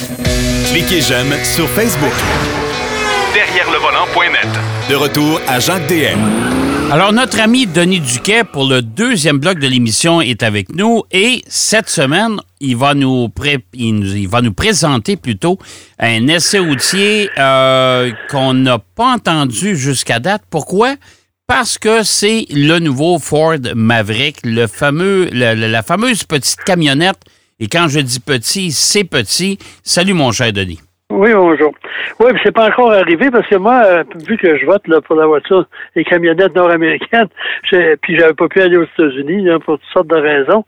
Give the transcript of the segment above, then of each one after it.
Cliquez j'aime sur Facebook. Derrière le volant.net. De retour à Jacques DM. Alors, notre ami Denis Duquet, pour le deuxième bloc de l'émission, est avec nous. Et cette semaine, il va nous présenter plutôt un essai routier qu'on n'a pas entendu jusqu'à date. Pourquoi? Parce que c'est le nouveau Ford Maverick, la fameuse petite camionnette. Et quand je dis petit, c'est petit. Salut, mon cher Denis. Oui, bonjour. Oui, mais c'est pas encore arrivé parce que moi, vu que je vote là, pour la voiture, les camionnettes nord-américaines, puis j'avais pas pu aller aux États-Unis là, pour toutes sortes de raisons.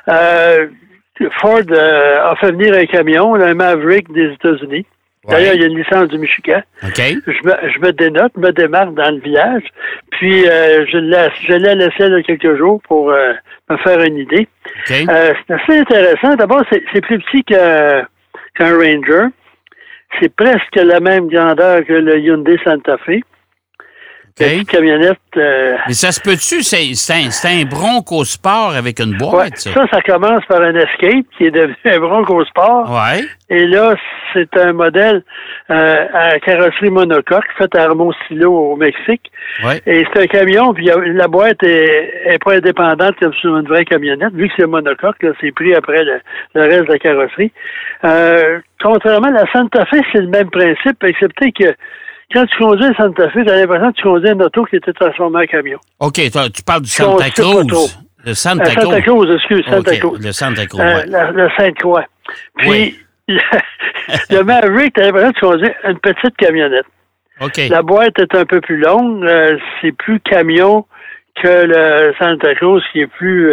Ford a fait venir un camion, un Maverick des États-Unis. Ouais. D'ailleurs, il y a une licence du Michigan. Okay. Je me dénote, me démarque dans le village, puis je l'ai laissé là, quelques jours pour me faire une idée. Okay. C'est assez intéressant. D'abord, c'est plus petit qu'un Ranger. C'est presque la même grandeur que le Hyundai Santa Fe. Okay. Une camionnette. Mais ça se peut-tu? C'est un Bronco Sport avec une boîte, ouais, ça commence par un Escape qui est devenu un Bronco Sport. Ouais. Et là, c'est un modèle à carrosserie monocoque fait à Hermosillo au Mexique. Ouais. Et c'est un camion, puis la boîte est pas indépendante comme sur une vraie camionnette. Vu que c'est monocoque, là, c'est pris après le reste de la carrosserie. Contrairement à la Santa Fe, c'est le même principe, excepté que quand tu conduis un Santa Fe, tu as l'impression que tu conduis un auto qui était transformé en camion. OK, tu parles du Santa Cruz. Le Santa Cruz, excuse, Santa Cruz. Le Santa Cruz, ouais. Le Sainte-Croix. Puis, oui. le Maverick, tu as l'impression que tu conduis une petite camionnette. OK. La boîte est un peu plus longue. C'est plus camion que le Santa Cruz, qui est plus...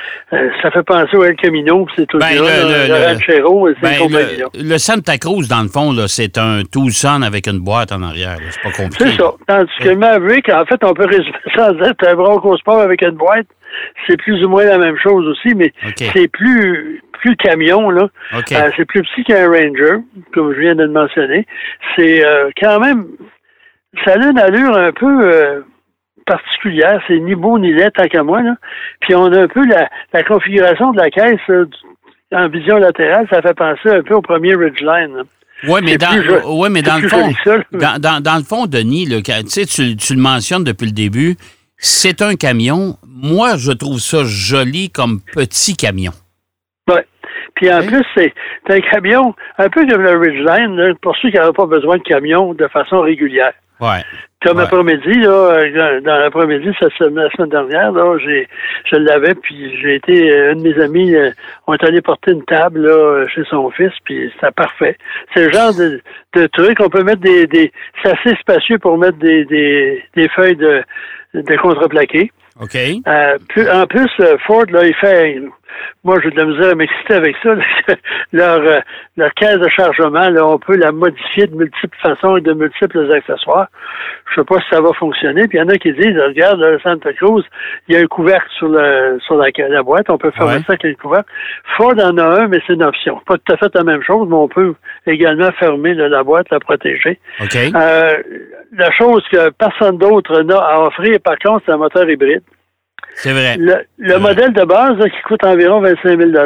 ça fait penser au El Camino, c'est tout le Ranchero, le Santa Cruz, dans le fond, là, c'est un Tucson avec une boîte en arrière. Là. C'est pas compliqué. C'est ça. Tandis que le Maverick, en fait, on peut résumer ça en disant c'est un Bronco Sport avec une boîte. C'est plus ou moins la même chose aussi, mais c'est plus camion, là. C'est plus petit qu'un Ranger, comme je viens de le mentionner. C'est quand même... Ça a une allure un peu... particulière, c'est ni beau ni laid tant qu'à moi, là. Puis on a un peu la configuration de la caisse en vision latérale, ça fait penser un peu au premier Ridgeline. Oui, mais dans le fond, dans le fond, Denis, là, tu sais, tu le mentionnes depuis le début, c'est un camion. Moi, je trouve ça joli comme petit camion. Oui. Puis en plus, c'est un camion un peu comme le Ridgeline, là, pour ceux qui n'avaient pas besoin de camion de façon régulière. Ouais. Comme après-midi, là, dans l'après-midi, la semaine dernière, là, je l'avais, puis j'ai été, un de mes amis, on est allé porter une table, là, chez son fils, puis c'était parfait. C'est le genre de truc, on peut mettre c'est assez spacieux pour mettre des feuilles de contreplaqué. OK. En plus, Ford, là, il fait... Moi, j'ai de la misère à m'exciter avec ça. Leur caisse de chargement, là, on peut la modifier de multiples façons et de multiples accessoires. Je sais pas si ça va fonctionner. Puis il y en a qui disent, regarde, le Santa Cruz, il y a un couvercle sur la boîte. On peut fermer ça avec le couvercle. Ford en a un, mais c'est une option. Pas tout à fait la même chose, mais on peut également fermer la boîte, la protéger. OK. La chose que personne d'autre n'a à offrir, par contre, c'est un moteur hybride. C'est vrai. Le modèle de base, là, qui coûte environ 25 000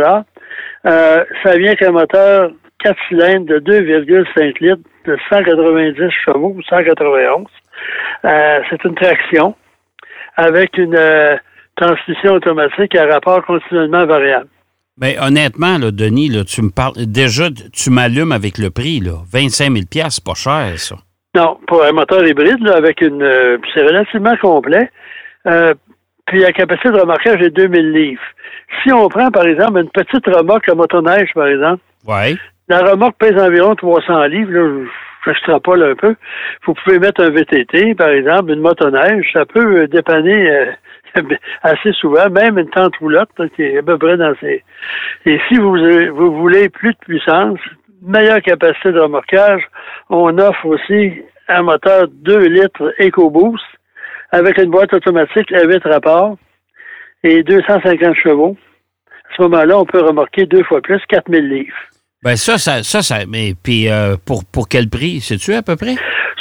ça vient qu'un moteur 4 cylindres de 2,5 litres de 190 chevaux ou 191. C'est une traction avec une transmission automatique à rapport continuellement variable. Mais honnêtement, là, Denis, là, tu me parles déjà, tu m'allumes avec le prix, là. 25 000 $, c'est pas cher, ça. Non, pour un moteur hybride, là, avec c'est relativement complet. Puis la capacité de remorquage est 2000 livres. Si on prend, par exemple, une petite remorque à motoneige, par exemple, la remorque pèse environ 300 livres, là, j'extrapole un peu. Vous pouvez mettre un VTT, par exemple, une motoneige, ça peut dépanner assez souvent, même une tente roulotte, là, qui est à peu près dans ces... Et si vous voulez plus de puissance, meilleure capacité de remorquage, on offre aussi un moteur 2 litres EcoBoost, avec une boîte automatique à 8 rapports et 250 chevaux. À ce moment-là, on peut remorquer 2 fois plus, 4000 livres. Ben ça, mais puis pour quel prix, sais-tu à peu près?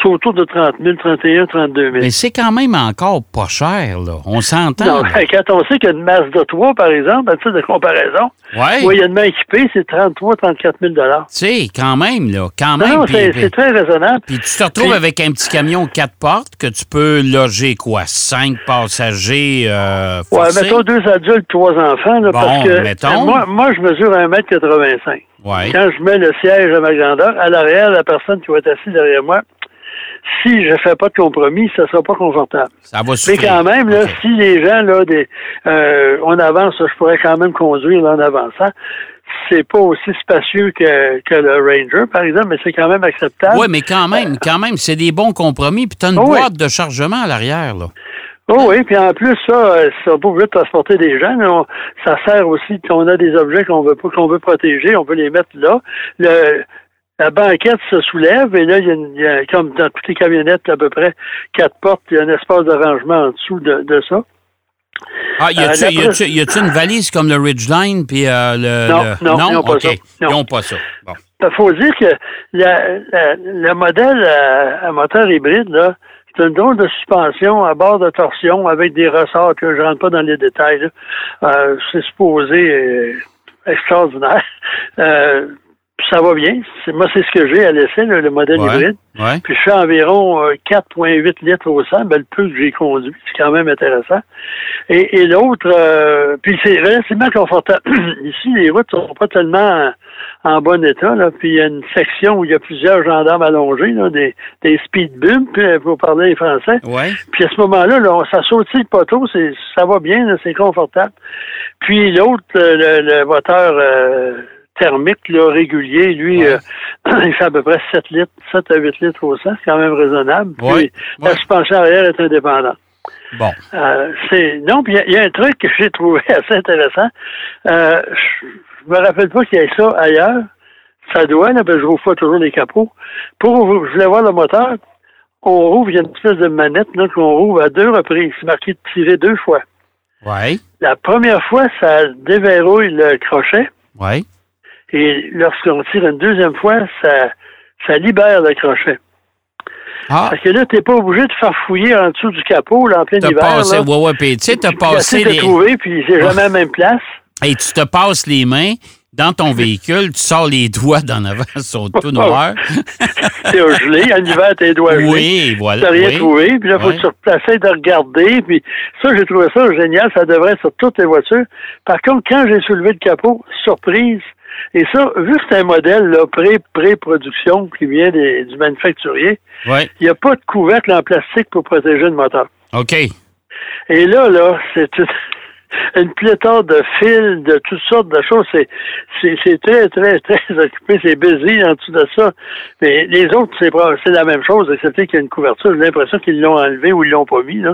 c'est autour de 30 000, 31 32 000. Mais c'est quand même encore pas cher, là. On s'entend. Non, quand on sait qu'une Mazda 3, par exemple, à titre de comparaison, moyennement équipée, c'est 33 34 000 $. Tu sais, quand même, là. Quand même. Non, c'est très raisonnable. Puis tu te retrouves avec un petit camion 4 portes que tu peux loger, 5 passagers forcés? Mettons 2 adultes, 3 enfants, là, parce que moi, je mesure 1,85 m. Quand je mets le siège à ma grandeur, à l'arrière, la personne qui va être assise derrière moi, si je ne fais pas de compromis, ça ne sera pas confortable. Ça va souffrir. Mais quand même, là, si les gens, là, on avance, je pourrais quand même conduire là, en avançant. C'est pas aussi spacieux que le Ranger, par exemple, mais c'est quand même acceptable. Oui, mais quand même, c'est des bons compromis. Puis tu as une boîte de chargement à l'arrière, là. Oh oui, puis en plus, ça pas obligé de transporter des gens. Là, ça sert aussi qu'on a des objets qu'on veut protéger, on peut les mettre là. La banquette se soulève et là, il y a comme dans toutes les camionnettes, à peu près 4 portes, il y a un espace de rangement en dessous de ça. Ah, y a-tu une valise comme le Ridgeline puis Non, ils n'ont pas ça. Ils n'ont pas ça. Bon. Il faut dire que le modèle à moteur hybride, là, c'est une drôle de suspension à bord de torsion avec des ressorts que je rentre pas dans les détails. C'est supposé extraordinaire. Ça va bien. Moi, c'est ce que j'ai à l'essai, le modèle hybride. Ouais. Puis je fais environ 4,8 litres au 100, le peu que j'ai conduit. C'est quand même intéressant. Et l'autre, puis c'est relativement confortable. Ici, les routes sont pas tellement en bon état, là. Puis il y a une section où il y a plusieurs gendarmes allongés, là, des speed bumps, pour parler les français. Ouais. Puis à ce moment-là, ça sautille le poteau, ça va bien, là, c'est confortable. Puis l'autre, le moteur thermique là, régulier, lui, il fait à peu près 7 à 8 litres au 100, c'est quand même raisonnable. Puis la suspension arrière est indépendante. Bon. Puis il y a un truc que j'ai trouvé assez intéressant. Je me rappelle pas qu'il y ait ça ailleurs. Ça doit, là, parce que je rouvre pas toujours les capots. Je voulais voir le moteur. On rouvre, il y a une espèce de manette là, qu'on rouvre à 2 reprises. C'est marqué de tirer 2 fois. Ouais. La première fois, ça déverrouille le crochet. Ouais. Et lorsqu'on tire une deuxième fois, ça libère le crochet. Ah. Parce que là, t'es pas obligé de faire fouiller en dessous du capot, là, en plein hiver. Puis tu sais, t'as passé les... trouver, puis c'est jamais à la même place. Et tu te passes les mains dans ton véhicule, tu sors les doigts d'en avant, ils sont tout noirs. C'est gelé, en hiver, tes doigts gelés. Oui, voilà. T'as rien trouvé, puis là, faut que tu essaies de regarder, puis ça, j'ai trouvé ça génial, ça devrait être sur toutes les voitures. Par contre, quand j'ai soulevé le capot, surprise, et ça, vu que c'est un modèle là, pré-production qui vient du manufacturier, il n'y a pas de couvercle en plastique pour protéger le moteur. OK. Et là, c'est une pléthore de fils, de toutes sortes de choses. C'est très, très, très occupé. C'est busy en dessous de ça. Mais les autres, c'est la même chose, excepté qu'il y a une couverture. J'ai l'impression qu'ils l'ont enlevé ou ils l'ont pas mis. Là.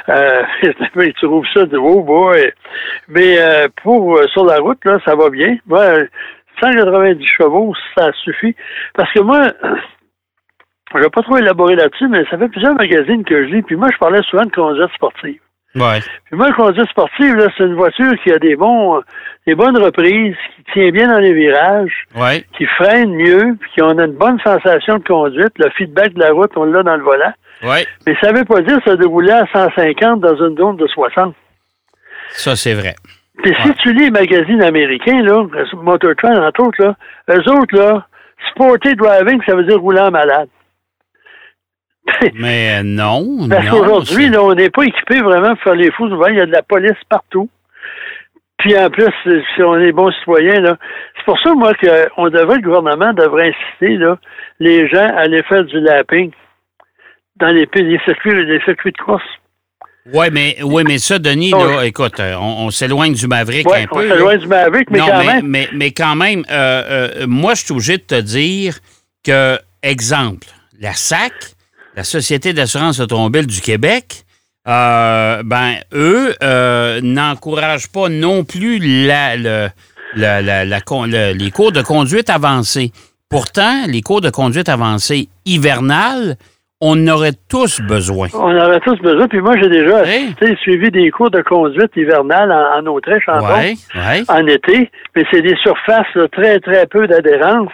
Tu trouves ça de oh boy. Mais sur la route, là, ça va bien. Moi, 190 chevaux, ça suffit. Parce que moi, je vais pas trop élaborer là-dessus, mais ça fait plusieurs magazines que je lis. Puis moi, je parlais souvent de conduite sportive. Ouais. Puis moi, la conduite sportive, là, c'est une voiture qui a des bonnes reprises, qui tient bien dans les virages, qui freine mieux, puis qui a une bonne sensation de conduite. Le feedback de la route, on l'a dans le volant. Ouais. Mais ça veut pas dire que ça déroulait à 150 dans une zone de 60. Ça, c'est vrai. Puis si tu lis les magazines américains, là, Motor Trend, entre autres, là, eux autres, là, sporty driving, ça veut dire roulant malade. Mais non. Parce qu'aujourd'hui, là, on n'est pas équipé vraiment pour faire les fous. Souvent, il y a de la police partout. Puis en plus, si on est bons citoyens, là, c'est pour ça, moi, le gouvernement devrait inciter là, les gens à aller faire du lapping dans les circuits de course. Oui, mais ça, Denis, là, écoute, on s'éloigne du Maverick un peu. On s'éloigne du Maverick, mais quand même. Mais quand même, moi, je suis obligé de te dire que, exemple, la SAC, la Société d'assurance automobile du Québec, eux n'encouragent pas non plus les cours de conduite avancée. Pourtant, les cours de conduite avancée hivernales, on en aurait tous besoin. On en aurait tous besoin. Puis moi, j'ai déjà suivi des cours de conduite hivernale en Autriche, en été. Mais c'est des surfaces là, très, très peu d'adhérence.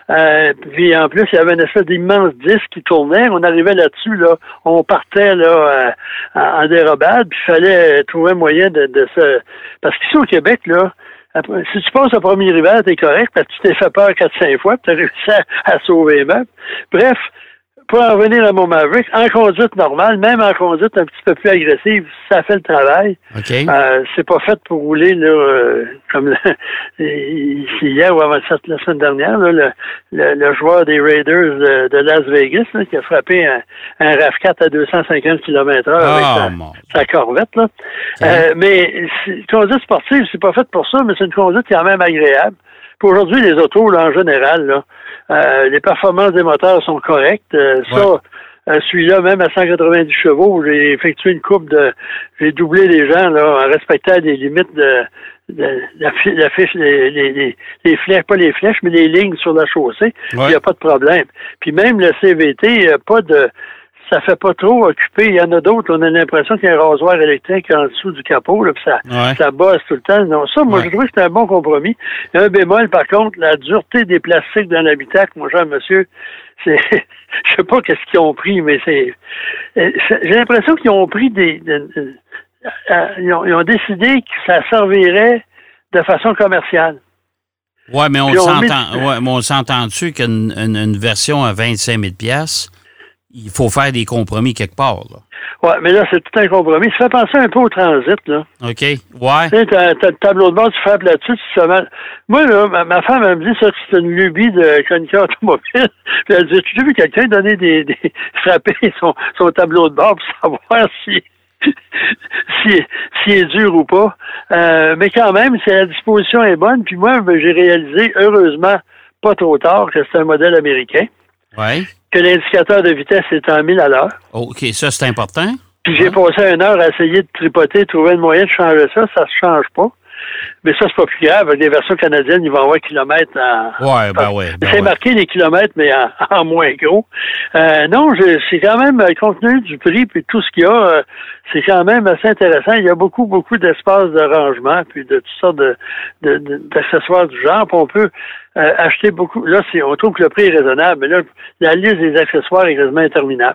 Puis en plus, il y avait une espèce d'immense disque qui tournait. On arrivait là-dessus, là, on partait là en dérobade, puis il fallait trouver un moyen de se... Parce qu'ici au Québec, là, si tu passes au premier rival, t'es correct, parce que tu t'es fait peur 4-5 fois, puis t'as réussi à sauver les meubles. Bref, pour en revenir à mon Maverick, en conduite normale, même en conduite un petit peu plus agressive, ça fait le travail. Okay. C'est pas fait pour rouler là, comme ici hier ou avant la semaine dernière, là, le joueur des Raiders de Las Vegas là, qui a frappé un RAV4 à 250 km/h avec sa Corvette. Là. Okay. Mais conduite sportive, c'est pas fait pour ça, mais c'est une conduite quand même agréable. Puis aujourd'hui, les autos, là, en général, là, les performances des moteurs sont correctes. Celui-là, même à 190 chevaux, j'ai effectué une coupe j'ai doublé les gens là, en respectant les limites de la fiche, les flèches, pas les flèches, mais les lignes sur la chaussée. Il n'y a pas de problème. Puis même le CVT, ça fait pas trop occupé. Il y en a d'autres, on a l'impression qu'il y a un rasoir électrique en dessous du capot, là, puis ça bosse tout le temps. Non, ça, moi, je trouve que c'est un bon compromis. Il y a un bémol, par contre, la dureté des plastiques dans l'habitacle, mon cher monsieur, je sais pas qu'est-ce qu'ils ont pris, mais j'ai l'impression qu'ils ont pris ils ont décidé que ça servirait de façon commerciale. Oui, mais on s'entend-tu qu'une version à 25 000 $, il faut faire des compromis quelque part, là. Oui, mais là, c'est tout un compromis. Ça fait penser un peu au transit, là. OK, ouais. Tu sais, t'as le tableau de bord, tu frappes là-dessus, Moi, là, ma femme, elle me dit ça, que c'est une lubie de chroniqueur automobile. Puis elle dit, tu as vu quelqu'un donner frapper son tableau de bord pour savoir si est dur ou pas. Mais quand même, si la disposition est bonne, puis moi, j'ai réalisé, heureusement, pas trop tard, que c'est un modèle américain. Oui. Que l'indicateur de vitesse est en 1000 à l'heure. OK, ça, c'est important. Puis j'ai passé 1 heure à essayer de tripoter, trouver le moyen de changer ça. Ça se change pas. Mais ça, c'est pas plus grave. Avec les versions canadiennes, ils vont avoir kilomètres en... c'est marqué les kilomètres, mais en moins gros. Non, c'est quand même, compte tenu du prix puis tout ce qu'il y a, c'est quand même assez intéressant. Il y a beaucoup, beaucoup d'espace de rangement puis de toutes sortes d'accessoires du genre. Puis on peut acheter beaucoup. Là, on trouve que le prix est raisonnable, mais là, la liste des accessoires est quasiment interminable.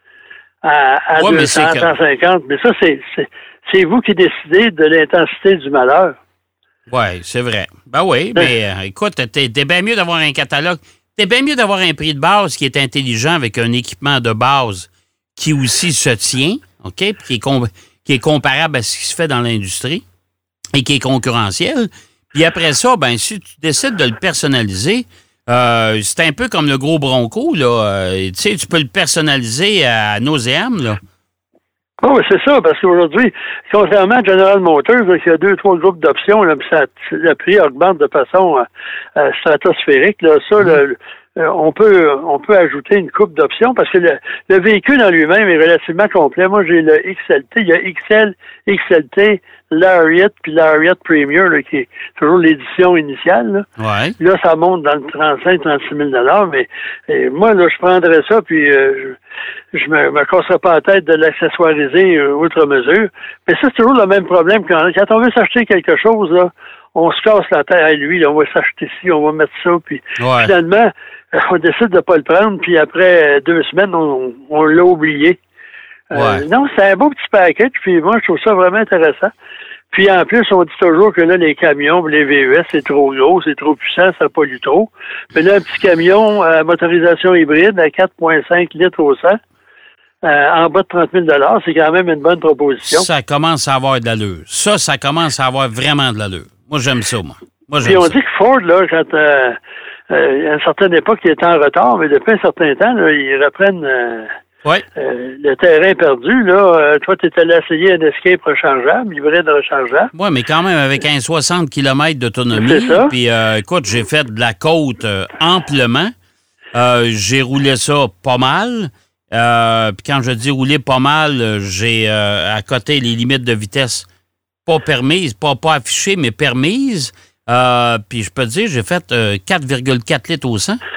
À 200, 150. Mais ça, c'est vous qui décidez de l'intensité du malheur. Oui, c'est vrai. Ben oui, mais écoute, t'es bien mieux d'avoir un catalogue. T'es bien mieux d'avoir un prix de base qui est intelligent avec un équipement de base qui aussi se tient, OK, puis qui est comparable à ce qui se fait dans l'industrie et qui est concurrentiel. Puis après ça, ben si tu décides de le personnaliser, c'est un peu comme le gros Bronco, là. Tu sais, tu peux le personnaliser à nauséam, là. Oh, c'est ça, parce qu'aujourd'hui, contrairement à General Motors, là, il y a 2-3 groupes d'options, là, puis le prix augmente de façon stratosphérique. Là, ça, on peut ajouter une coupe d'options parce que le véhicule en lui-même est relativement complet. Moi, j'ai le XLT, il y a XL, XLT, Lariat, puis Lariat Premier, là, qui est toujours l'édition initiale. Là. Ouais. Là, ça monte dans le 35-36 000 $, mais moi, là, je prendrais ça, puis je me casserais pas la tête de l'accessoiriser outre mesure. Mais ça, c'est toujours le même problème. Quand on veut s'acheter quelque chose, là, on se casse la tête à lui, là, on va s'acheter ci, on va mettre ça, puis finalement, on décide de pas le prendre, puis après 2 semaines, on l'a oublié. Non, c'est un beau petit package, puis moi, je trouve ça vraiment intéressant. Puis en plus, on dit toujours que là, les camions, les VUS, c'est trop gros, c'est trop puissant, ça pollue trop. Mais là, un petit camion à motorisation hybride à 4,5 litres au 100, en bas de 30 000 $, c'est quand même une bonne proposition. Ça commence à avoir de l'allure. Ça commence à avoir vraiment de l'allure. Moi, j'aime ça, moi. Puis on dit que Ford, là, quand à une certaine époque, il était en retard, mais depuis un certain temps, là, ils reprennent le terrain perdu. Là, toi, tu étais allé essayer un Escape rechargeable, hybride rechargeable. Oui, mais quand même avec un 60 km d'autonomie. C'est ça. Puis, écoute, j'ai fait de la côte amplement. J'ai roulé ça pas mal. Puis quand je dis rouler pas mal, j'ai à côté les limites de vitesse pas permises, pas affichées, mais permises. Puis je peux te dire, j'ai fait 4,4 litres au 100.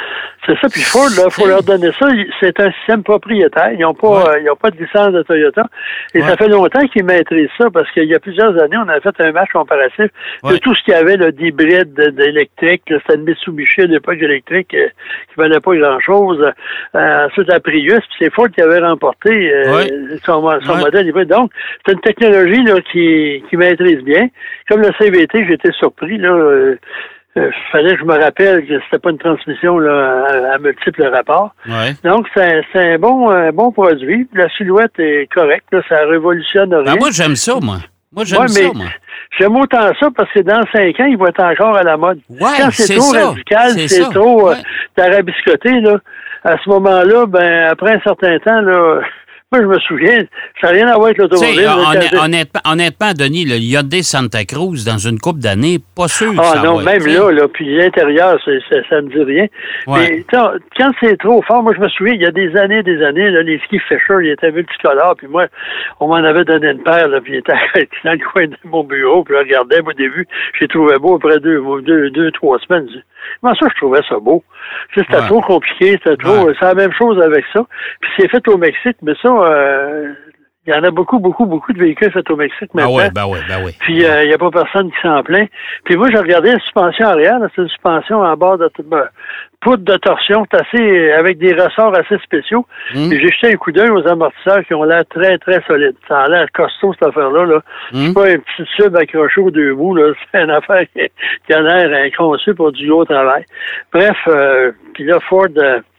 C'est ça, puis Ford, il faut leur donner ça. C'est un système propriétaire. Ils n'ont pas, pas de licence de Toyota. Et ça fait longtemps qu'ils maîtrisent ça, parce qu'il y a plusieurs années, on a fait un match comparatif de tout ce qu'il y avait d'hybride, d'électrique. C'était une Mitsubishi à l'époque électrique qui valait pas grand-chose. Ensuite, la Prius, puis c'est Ford qui avait remporté son modèle hybride. Donc, c'est une technologie là, qui maîtrise bien. Comme le CVT, j'étais surpris, là. Fallait que je me rappelle que c'était pas une transmission là, à multiples rapports. Ouais. Donc, c'est un bon produit. La silhouette est correcte. Là, ça révolutionne rien. Ben moi, j'aime ça, moi. J'aime autant ça parce que dans 5 ans, il va être encore à la mode. Ouais, quand c'est trop radical, c'est trop tarabiscoté, là, à ce moment-là, ben après un certain temps, là... Moi, je me souviens, ça n'a rien à voir avec l'automobile. Honnêtement, Denis, le Hyundai Santa Cruz, dans une couple d'années, pas sûr que ça non, même là, puis l'intérieur, ça me dit rien. Ouais. Mais quand c'est trop fort, moi, je me souviens, il y a des années, là, les skis Fisher, ils étaient multicolores, puis moi, on m'en avait donné une paire, là, puis il était dans le coin de mon bureau, puis je regardais, au début, j'ai trouvé beau après 2-3 semaines. Comment ça, je trouvais ça beau? C'était trop compliqué, c'était trop... C'est la même chose avec ça. Puis c'est fait au Mexique, mais ça, il y en a beaucoup de véhicules faits au Mexique maintenant. Ben oui. Puis il n'y a pas personne qui s'en plaint. Puis moi, j'ai regardé la suspension arrière, c'est une suspension en bord de poudre de torsion, avec des ressorts assez spéciaux. Puis j'ai jeté un coup d'œil aux amortisseurs qui ont l'air très, très solides. Ça a l'air costaud, cette affaire-là. Là. C'est pas un petit tube accroché aux deux bouts. Là. C'est une affaire qui a l'air conçue pour du gros travail. Bref, puis là, Ford...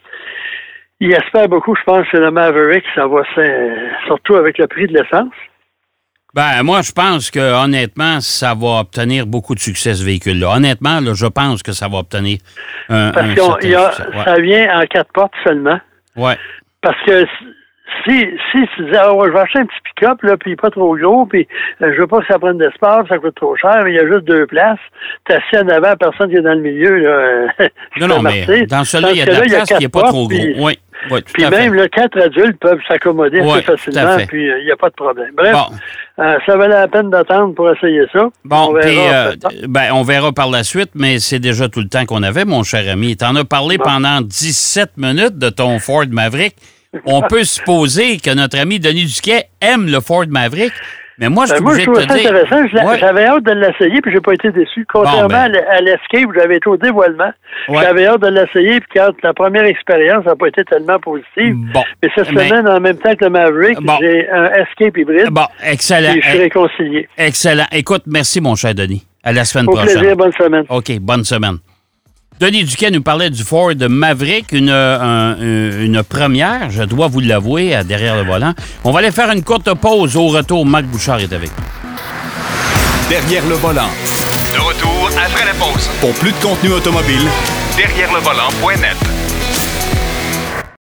il espère beaucoup, je pense, que le Maverick, ça va surtout avec le prix de l'essence. Ben, moi, je pense que honnêtement, ça va obtenir beaucoup de succès, ce véhicule-là. Honnêtement, là, je pense que ça va obtenir Parce que ça vient en 4 portes seulement. Oui. Parce que si tu disais, je vais acheter un petit pick-up, là, puis pas trop gros, puis je veux pas que ça prenne d'espace, ça coûte trop cher, mais il y a juste 2 places. T'es assis en avant, personne qui est dans le milieu, là. Non, mais dans celui-là, il y a de la place qui n'est pas trop gros. Oui, tout puis à même, fait. Là, 4 adultes peuvent s'accommoder assez facilement, puis il n'y a pas de problème. Bref, ça valait la peine d'attendre pour essayer ça. Bon, on verra par la suite, mais c'est déjà tout le temps qu'on avait, mon cher ami. Tu en as parlé pendant 17 minutes de ton Ford Maverick. On peut supposer que notre ami Denis Duquet aime le Ford Maverick, mais moi, je suis obligé de te dire... Moi, je trouve ça intéressant. J'avais hâte de l'essayer, puis j'ai pas été déçu. Contrairement à l'Escape, où j'avais été au dévoilement, j'avais hâte de l'essayer, puis quand la première expérience n'a pas été tellement positive. Mais cette semaine, en même temps que le Maverick, j'ai un Escape hybride. Bon, excellent. Et je suis réconcilié. Excellent. Écoute, merci, mon cher Denis. À la semaine prochaine. Au plaisir, bonne semaine. OK, bonne semaine. Denis Duquet nous parlait du Ford Maverick, une première, je dois vous l'avouer, derrière le volant. On va aller faire une courte pause. Au retour, Marc Bouchard est avec nous. Derrière le volant. De retour après la pause. Pour plus de contenu automobile, derrière le volant.net.